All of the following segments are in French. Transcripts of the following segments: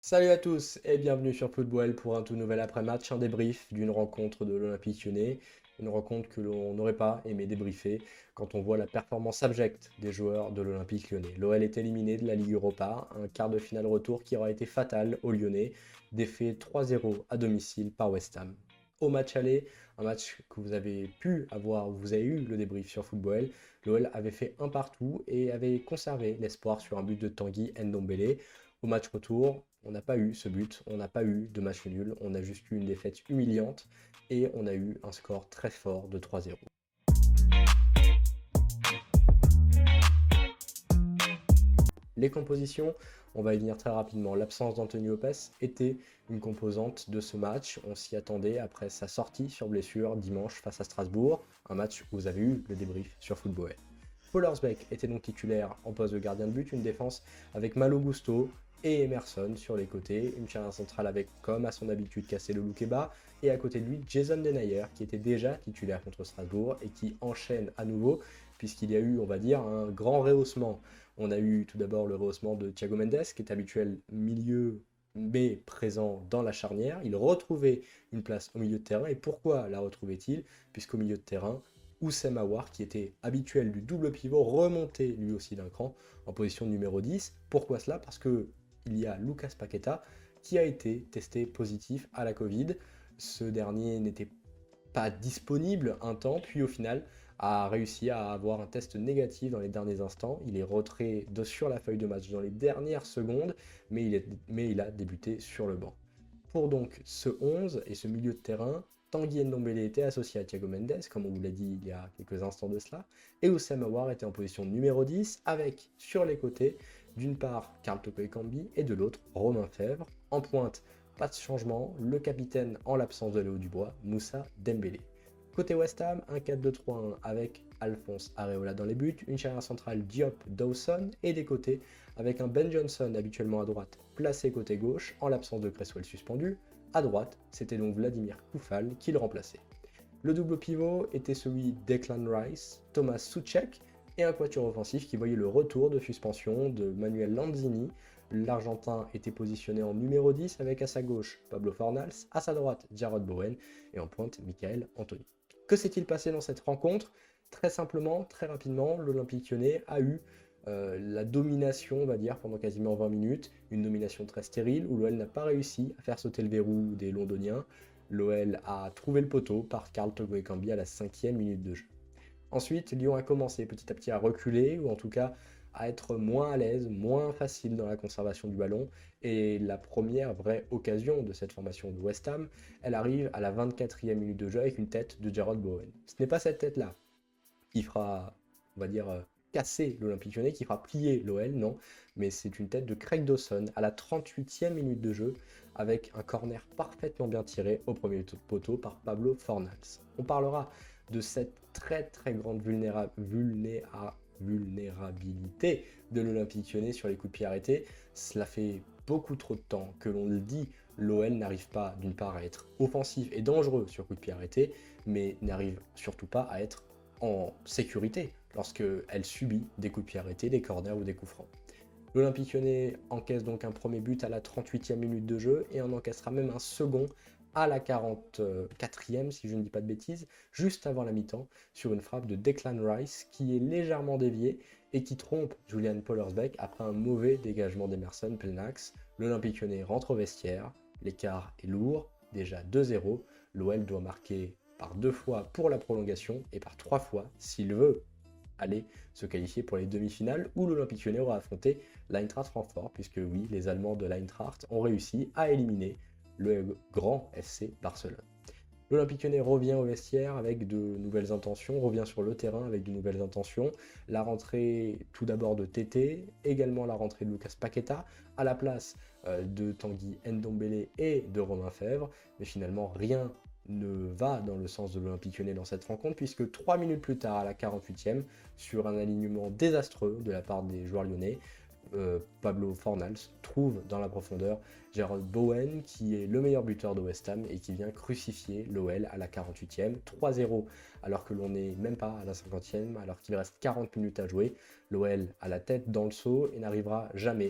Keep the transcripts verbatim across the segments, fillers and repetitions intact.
Salut à tous et bienvenue sur Football pour un tout nouvel après-match, un débrief d'une rencontre de l'Olympique Lyonnais, une rencontre que l'on n'aurait pas aimé débriefer quand on voit la performance abjecte des joueurs de l'Olympique Lyonnais. L'O L est éliminé de la Ligue Europa, un quart de finale retour qui aura été fatal aux Lyonnais, défait trois zéro à domicile par West Ham. Au match aller, un match que vous avez pu avoir, vous avez eu le débrief sur Football, l'O L avait fait un partout et avait conservé l'espoir sur un but de Tanguy Ndombele. Au match retour, on n'a pas eu ce but, on n'a pas eu de match nul, on a juste eu une défaite humiliante et on a eu un score très fort de trois zéro. Les compositions, on va y venir très rapidement. L'absence d'Anthony Lopez était une composante de ce match. On s'y attendait après sa sortie sur blessure dimanche face à Strasbourg, un match où vous avez eu le débrief sur Football. Paul Horsbeck était donc titulaire en poste de gardien de but, une défense avec Malo Gusto et Emerson sur les côtés, une charnière centrale avec, comme à son habitude, Casselo Loukeba, et à côté de lui, Jason Denayer, qui était déjà titulaire contre Strasbourg et qui enchaîne à nouveau, puisqu'il y a eu, on va dire, un grand rehaussement. On a eu tout d'abord le rehaussement de Thiago Mendes, qui est habituel milieu, mais présent dans la charnière. Il retrouvait une place au milieu de terrain, et pourquoi la retrouvait-il? Puisqu'au milieu de terrain, Oussem Aouar, qui était habituel du double pivot, remontait lui aussi d'un cran en position numéro dix. Pourquoi cela? Parce que il y a Lucas Paqueta qui a été testé positif à la Covid. Ce dernier n'était pas disponible un temps, puis au final a réussi à avoir un test négatif dans les derniers instants. Il est rentré de sur la feuille de match dans les dernières secondes, mais il, est, mais il a débuté sur le banc. Pour donc ce onze et ce milieu de terrain, Tanguy Ndombele était associé à Thiago Mendes, comme on vous l'a dit il y a quelques instants de cela, et Oussem Aouar était en position numéro dix, avec sur les côtés, d'une part Karl Toko Ekambi et de l'autre Romain Fèvre. En pointe, pas de changement, le capitaine en l'absence de Léo Dubois, Moussa Dembélé. Côté West Ham, un quatre deux trois un avec Alphonse Areola dans les buts, une charnière centrale Diop Dawson et des côtés avec un Ben Johnson habituellement à droite placé côté gauche en l'absence de Cresswell suspendu. À droite, c'était donc Vladimir Koufal qui le remplaçait. Le double pivot était celui Declan Rice, Thomas Soucek et un quatuor offensif qui voyait le retour de suspension de Manuel Lanzini. L'Argentin était positionné en numéro dix avec à sa gauche Pablo Fornals, à sa droite Jarrod Bowen et en pointe Michael Anthony. Que s'est-il passé dans cette rencontre? Très simplement, très rapidement, l'Olympique Lyonnais a eu euh, la domination, on va dire, pendant quasiment vingt minutes, une domination très stérile où l'O L n'a pas réussi à faire sauter le verrou des Londoniens. L'O L a trouvé le poteau par Karl Toko Ekambi à la cinquième minute de jeu. Ensuite, Lyon a commencé petit à petit à reculer, ou en tout cas à être moins à l'aise, moins facile dans la conservation du ballon. Et la première vraie occasion de cette formation de West Ham, elle arrive à la vingt-quatrième minute de jeu avec une tête de Jarrod Bowen. Ce n'est pas cette tête-là qui fera, on va dire, euh, casser l'Olympique Lyonnais, qui fera plier l'O L, non, mais c'est une tête de Craig Dawson à la trente-huitième minute de jeu, avec un corner parfaitement bien tiré au premier poteau par Pablo Fornals. On parlera de cette très très grande vulnéra vulnéra vulnérabilité de l'Olympique Lyonnais sur les coups de pied arrêtés. Cela fait beaucoup trop de temps que l'on le dit, l'O L n'arrive pas d'une part à être offensif et dangereux sur coups de pied arrêtés, mais n'arrive surtout pas à être en sécurité lorsqu'elle subit des coups de pied arrêtés, des corners ou des coups francs. L'Olympique Lyonnais encaisse donc un premier but à la trente-huitième minute de jeu et en encaissera même un second à la quarante-quatrième, si je ne dis pas de bêtises, juste avant la mi-temps, sur une frappe de Declan Rice qui est légèrement déviée et qui trompe Julian Pollersbeck après un mauvais dégagement d'Emerson plein axe. L'Olympique Lyonnais rentre au vestiaire, l'écart est lourd, déjà deux zéro, l'O L doit marquer par deux fois pour la prolongation et par trois fois s'il veut aller se qualifier pour les demi-finales où l'Olympique Lyonnais aura affronté l'Eintracht Francfort, puisque oui, les Allemands de l'Eintracht ont réussi à éliminer le grand F C Barcelone. L'Olympique Lyonnais revient au vestiaire avec de nouvelles intentions, revient sur le terrain avec de nouvelles intentions. La rentrée tout d'abord de Tété, également la rentrée de Lucas Paqueta, à la place euh, de Tanguy Ndombele et de Romain Fèvre, mais finalement rien ne va dans le sens de l'Olympique Lyonnais dans cette rencontre, puisque trois minutes plus tard, à la quarante-huitième, sur un alignement désastreux de la part des joueurs lyonnais, euh, Pablo Fornals trouve dans la profondeur Jarrod Bowen, qui est le meilleur buteur de West Ham et qui vient crucifier l'O L à la quarante-huitième, trois zéro, alors que l'on n'est même pas à la cinquantième, alors qu'il reste quarante minutes à jouer. L'O L a la tête dans le seau et n'arrivera jamais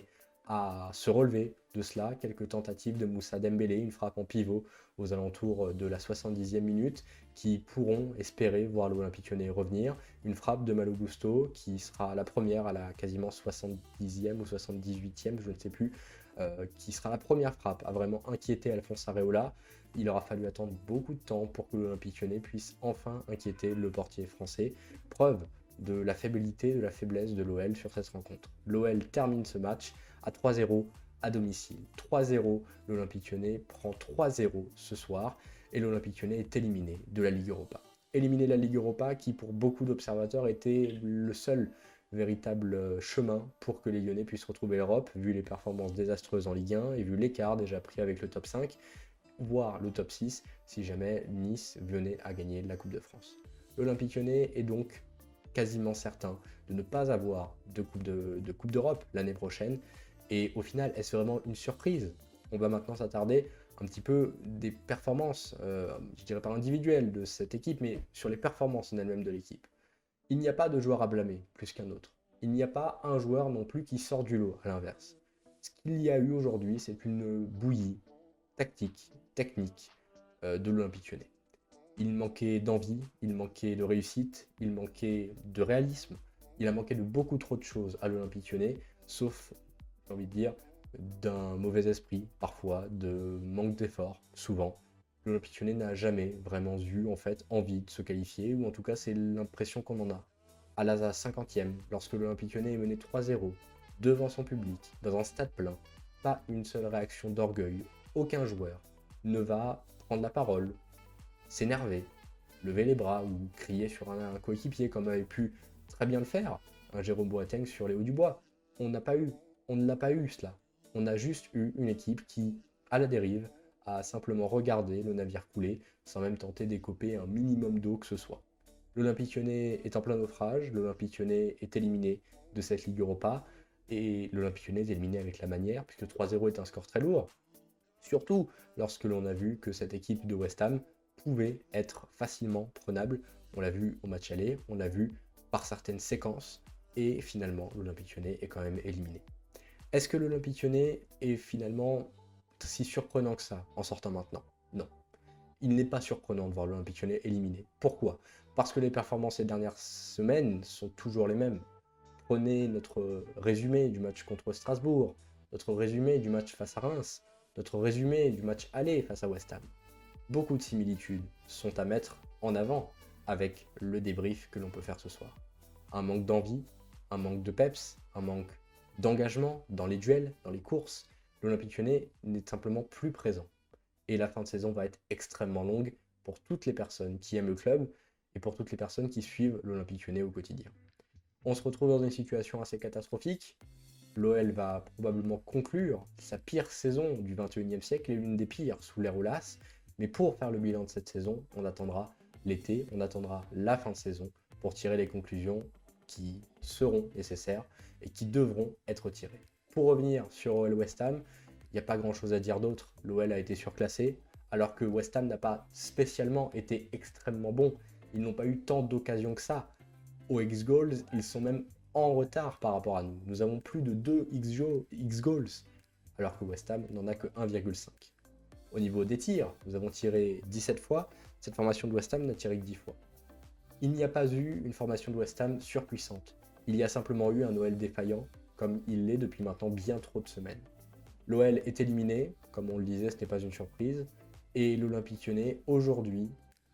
à se relever de cela. Quelques tentatives de Moussa Dembélé, une frappe en pivot aux alentours de la soixante-dixième minute, qui pourront espérer voir l'Olympique Lyonnais revenir. Une frappe de Malo Gusto qui sera la première à la quasiment soixante-dixième ou soixante-dix-huitième, je ne sais plus, euh, qui sera la première frappe à vraiment inquiéter Alphonse Areola. Il aura fallu attendre beaucoup de temps pour que l'Olympique Lyonnais puisse enfin inquiéter le portier français. Preuve de la faiblité, de la faiblesse de l'O L sur cette rencontre. L'O L termine ce match à trois zéro à domicile. trois zéro, l'Olympique Lyonnais prend trois zéro ce soir et l'Olympique Lyonnais est éliminé de la Ligue Europa. Éliminé de la Ligue Europa qui pour beaucoup d'observateurs était le seul véritable chemin pour que les Lyonnais puissent retrouver l'Europe, vu les performances désastreuses en Ligue un et vu l'écart déjà pris avec le top cinq, voire le top six si jamais Nice venait à gagner la Coupe de France. L'Olympique Lyonnais est donc quasiment certain de ne pas avoir de Coupe de, de Coupe d'Europe l'année prochaine. Et au final, est-ce vraiment une surprise? On va maintenant s'attarder un petit peu des performances, euh, je dirais pas individuelles de cette équipe, mais sur les performances en elles-mêmes de l'équipe. Il n'y a pas de joueur à blâmer plus qu'un autre. Il n'y a pas un joueur non plus qui sort du lot, à l'inverse. Ce qu'il y a eu aujourd'hui, c'est une bouillie tactique, technique euh, de l'Olympique Lyonnais. Il manquait d'envie, il manquait de réussite, il manquait de réalisme, il a manqué de beaucoup trop de choses à l'Olympique Lyonnais, sauf, j'ai envie de dire, d'un mauvais esprit, parfois, de manque d'effort, souvent. L'Olympique Lyonnais n'a jamais vraiment eu, en fait, envie de se qualifier, ou en tout cas, c'est l'impression qu'on en a. À la cinquantième, lorsque l'Olympique Lyonnais est mené trois zéro, devant son public, dans un stade plein, pas une seule réaction d'orgueil, aucun joueur ne va prendre la parole, s'énerver, lever les bras ou crier sur un, un coéquipier comme avait pu très bien le faire un Jérôme Boateng sur Léo Dubois. On n'a pas eu, on ne l'a pas eu cela. On a juste eu une équipe qui, à la dérive, a simplement regardé le navire couler sans même tenter d'écoper un minimum d'eau que ce soit. L'Olympique Lyonnais est en plein naufrage, l'Olympique Lyonnais est éliminé de cette Ligue Europa et l'Olympique Lyonnais est éliminé avec la manière puisque trois zéro est un score très lourd. Surtout lorsque l'on a vu que cette équipe de West Ham pouvait être facilement prenable. On l'a vu au match aller, on l'a vu par certaines séquences, et finalement l'Olympique Lyonnais est quand même éliminé. Est-ce que l'Olympique Lyonnais est finalement si surprenant que ça en sortant maintenant? Non. Il n'est pas surprenant de voir l'Olympique Lyonnais éliminé. Pourquoi? Parce que les performances ces dernières semaines sont toujours les mêmes. Prenez notre résumé du match contre Strasbourg, notre résumé du match face à Reims, notre résumé du match aller face à West Ham. Beaucoup de similitudes sont à mettre en avant avec le débrief que l'on peut faire ce soir. Un manque d'envie, un manque de peps, un manque d'engagement dans les duels, dans les courses. L'Olympique Lyonnais n'est simplement plus présent. Et la fin de saison va être extrêmement longue pour toutes les personnes qui aiment le club et pour toutes les personnes qui suivent l'Olympique Lyonnais au quotidien. On se retrouve dans une situation assez catastrophique. L'O L va probablement conclure sa pire saison du vingt et unième siècle et l'une des pires sous l'ère Aulas. Mais pour faire le bilan de cette saison, on attendra l'été, on attendra la fin de saison pour tirer les conclusions qui seront nécessaires et qui devront être tirées. Pour revenir sur O L West Ham, il n'y a pas grand chose à dire d'autre. L'O L a été surclassé, alors que West Ham n'a pas spécialement été extrêmement bon. Ils n'ont pas eu tant d'occasions que ça. Au X-Goals, ils sont même en retard par rapport à nous. Nous avons plus de deux X-Goals, alors que West Ham n'en a que un virgule cinq. Au niveau des tirs, nous avons tiré dix-sept fois, cette formation de West Ham n'a tiré que dix fois. Il n'y a pas eu une formation de West Ham surpuissante. Il y a simplement eu un O L défaillant, comme il l'est depuis maintenant bien trop de semaines. L'O L est éliminé, comme on le disait, ce n'est pas une surprise, et l'Olympique Lyonnais, aujourd'hui,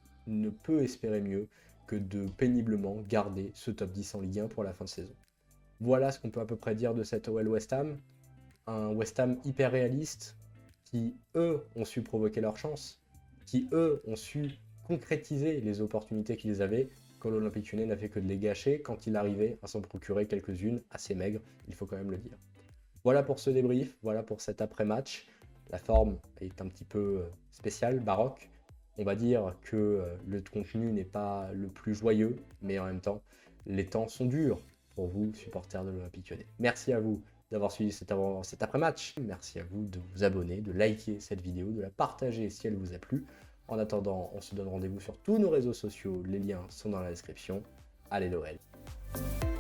ne peut espérer mieux que de péniblement garder ce top dix en Ligue un pour la fin de saison. Voilà ce qu'on peut à peu près dire de cette O L West Ham. Un West Ham hyper réaliste, qui, eux, ont su provoquer leur chance, qui, eux, ont su concrétiser les opportunités qu'ils avaient, quand l'Olympique Lyonnais n'a fait que de les gâcher quand il arrivait à s'en procurer quelques-unes assez maigres, il faut quand même le dire. Voilà pour ce débrief, voilà pour cet après-match. La forme est un petit peu spéciale, baroque. On va dire que le contenu n'est pas le plus joyeux, mais en même temps, les temps sont durs pour vous, supporters de l'Olympique Lyonnais. Merci à vous d'avoir suivi cet, cet après-match. Merci à vous de vous abonner, de liker cette vidéo, de la partager si elle vous a plu. En attendant, on se donne rendez-vous sur tous nos réseaux sociaux. Les liens sont dans la description. Allez l'O L.